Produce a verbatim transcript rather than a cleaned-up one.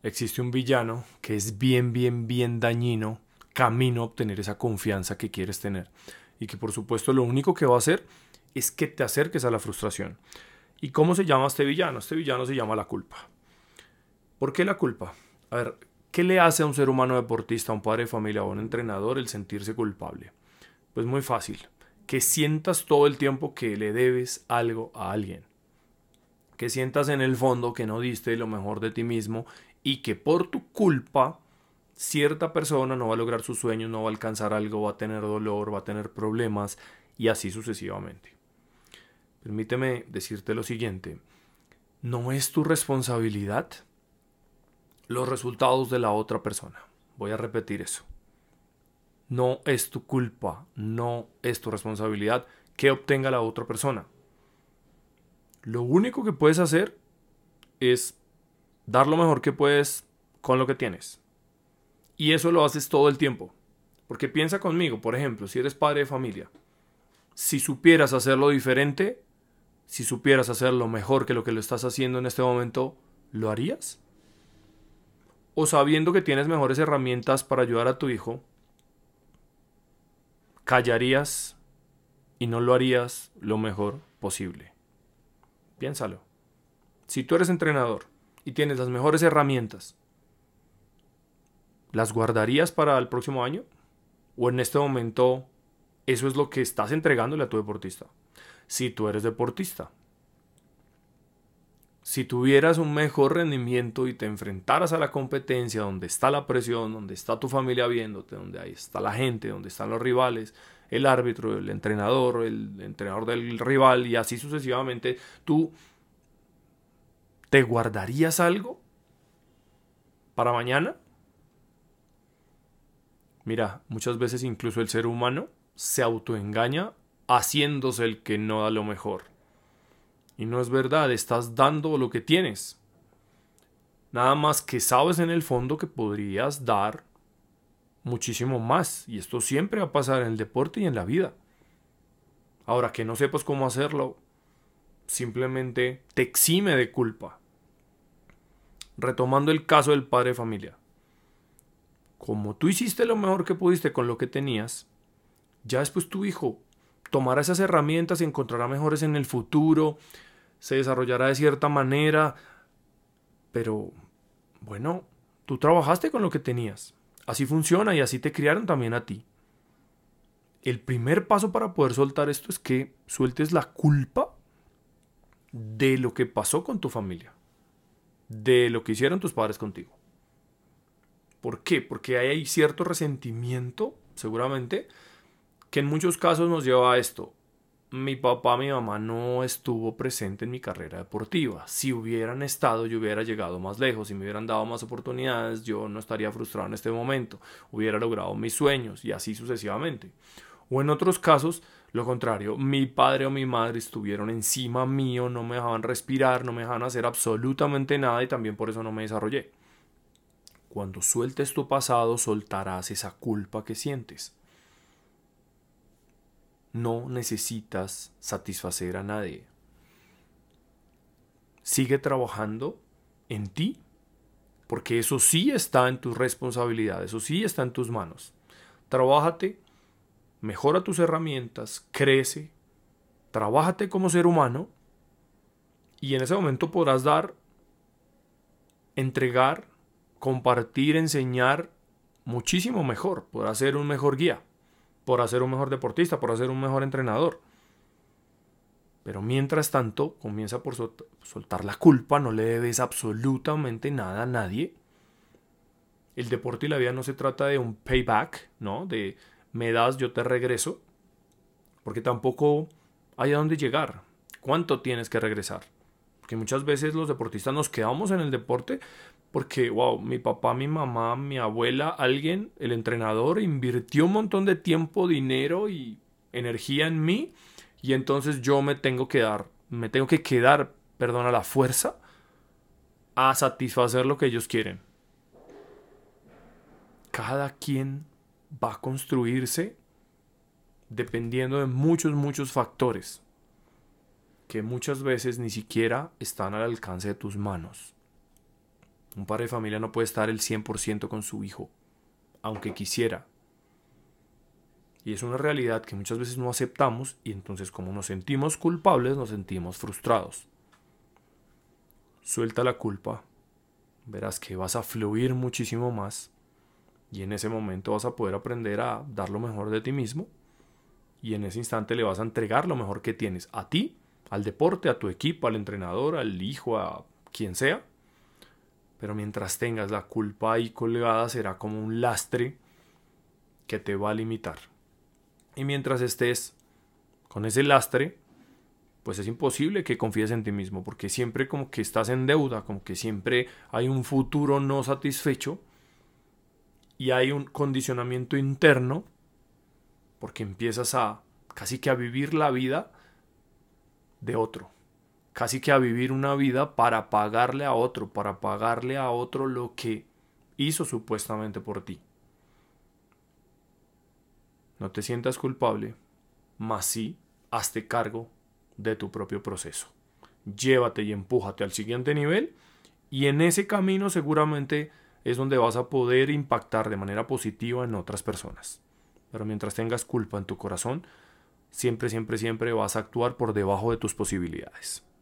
existe un villano que es bien, bien, bien dañino camino a obtener esa confianza que quieres tener. Y que por supuesto lo único que va a hacer es que te acerques a la frustración. ¿Y cómo se llama este villano? Este villano se llama la culpa. ¿Por qué la culpa? A ver, ¿qué le hace a un ser humano deportista, a un padre de familia o a un entrenador el sentirse culpable? Pues muy fácil. Que sientas todo el tiempo que le debes algo a alguien. Que sientas en el fondo que no diste lo mejor de ti mismo y que por tu culpa cierta persona no va a lograr sus sueños, no va a alcanzar algo, va a tener dolor, va a tener problemas y así sucesivamente. Permíteme decirte lo siguiente. No es tu responsabilidad los resultados de la otra persona. Voy a repetir eso. No es tu culpa, no es tu responsabilidad que obtenga la otra persona. Lo único que puedes hacer es dar lo mejor que puedes con lo que tienes. Y eso lo haces todo el tiempo. Porque piensa conmigo, por ejemplo, si eres padre de familia, si supieras hacerlo diferente, si supieras hacerlo mejor que lo que lo estás haciendo en este momento, ¿lo harías? O sabiendo que tienes mejores herramientas para ayudar a tu hijo, ¿callarías y no lo harías lo mejor posible? Piénsalo. Si tú eres entrenador y tienes las mejores herramientas, ¿las guardarías para el próximo año? ¿O en este momento eso es lo que estás entregándole a tu deportista? Si tú eres deportista, si tuvieras un mejor rendimiento y te enfrentaras a la competencia donde está la presión, donde está tu familia viéndote, donde ahí está la gente, donde están los rivales, el árbitro, el entrenador, el entrenador del rival y así sucesivamente, ¿tú te guardarías algo para mañana? Mira, muchas veces incluso el ser humano se autoengaña haciéndose el que no da lo mejor. Y no es verdad, estás dando lo que tienes. Nada más que sabes en el fondo que podrías dar muchísimo más. Y esto siempre va a pasar en el deporte y en la vida. Ahora, que no sepas cómo hacerlo, simplemente te exime de culpa. Retomando el caso del padre de familia. Como tú hiciste lo mejor que pudiste con lo que tenías, ya después tu hijo tomará esas herramientas y encontrará mejores en el futuro, se desarrollará de cierta manera, pero bueno, tú trabajaste con lo que tenías. Así funciona y así te criaron también a ti. El primer paso para poder soltar esto es que sueltes la culpa de lo que pasó con tu familia, de lo que hicieron tus padres contigo. ¿Por qué? Porque hay cierto resentimiento, seguramente, que en muchos casos nos lleva a esto. Mi papá, mi mamá no estuvo presente en mi carrera deportiva. Si hubieran estado, yo hubiera llegado más lejos. Si me hubieran dado más oportunidades, yo no estaría frustrado en este momento. Hubiera logrado mis sueños y así sucesivamente. O en otros casos, lo contrario. Mi padre o mi madre estuvieron encima mío, no me dejaban respirar, no me dejaban hacer absolutamente nada y también por eso no me desarrollé. Cuando sueltes tu pasado, soltarás esa culpa que sientes. No necesitas satisfacer a nadie. Sigue trabajando en ti, porque eso sí está en tu responsabilidad, eso sí está en tus manos. Trabájate, mejora tus herramientas, crece, trabájate como ser humano y en ese momento podrás dar, entregar, compartir, enseñar muchísimo mejor, podrás ser un mejor guía, podrás ser un mejor deportista, podrás ser un mejor entrenador. Pero mientras tanto, comienza por soltar la culpa, no le debes absolutamente nada a nadie. El deporte y la vida no se trata de un payback, ¿no? De me das, yo te regreso. Porque tampoco hay a dónde llegar. ¿Cuánto tienes que regresar? Porque muchas veces los deportistas nos quedamos en el deporte porque, wow, mi papá, mi mamá, mi abuela, alguien, el entrenador, invirtió un montón de tiempo, dinero y energía en mí. Y entonces yo me tengo que dar, me tengo que quedar, perdón, a la fuerza a satisfacer lo que ellos quieren. Cada quien va a construirse dependiendo de muchos, muchos factores que muchas veces ni siquiera están al alcance de tus manos. Un padre de familia no puede estar el cien por ciento con su hijo, aunque quisiera. Y es una realidad que muchas veces no aceptamos y entonces como nos sentimos culpables, nos sentimos frustrados. Suelta la culpa, verás que vas a fluir muchísimo más y en ese momento vas a poder aprender a dar lo mejor de ti mismo y en ese instante le vas a entregar lo mejor que tienes a ti, al deporte, a tu equipo, al entrenador, al hijo, a quien sea. Pero mientras tengas la culpa ahí colgada será como un lastre que te va a limitar. Y mientras estés con ese lastre, pues es imposible que confíes en ti mismo, porque siempre como que estás en deuda, como que siempre hay un futuro no satisfecho y hay un condicionamiento interno, porque empiezas a casi que a vivir la vida de otro, casi que a vivir una vida para pagarle a otro, para pagarle a otro lo que hizo supuestamente por ti. No te sientas culpable, mas sí hazte cargo de tu propio proceso. Llévate y empújate al siguiente nivel y en ese camino seguramente es donde vas a poder impactar de manera positiva en otras personas. Pero mientras tengas culpa en tu corazón, siempre, siempre, siempre vas a actuar por debajo de tus posibilidades.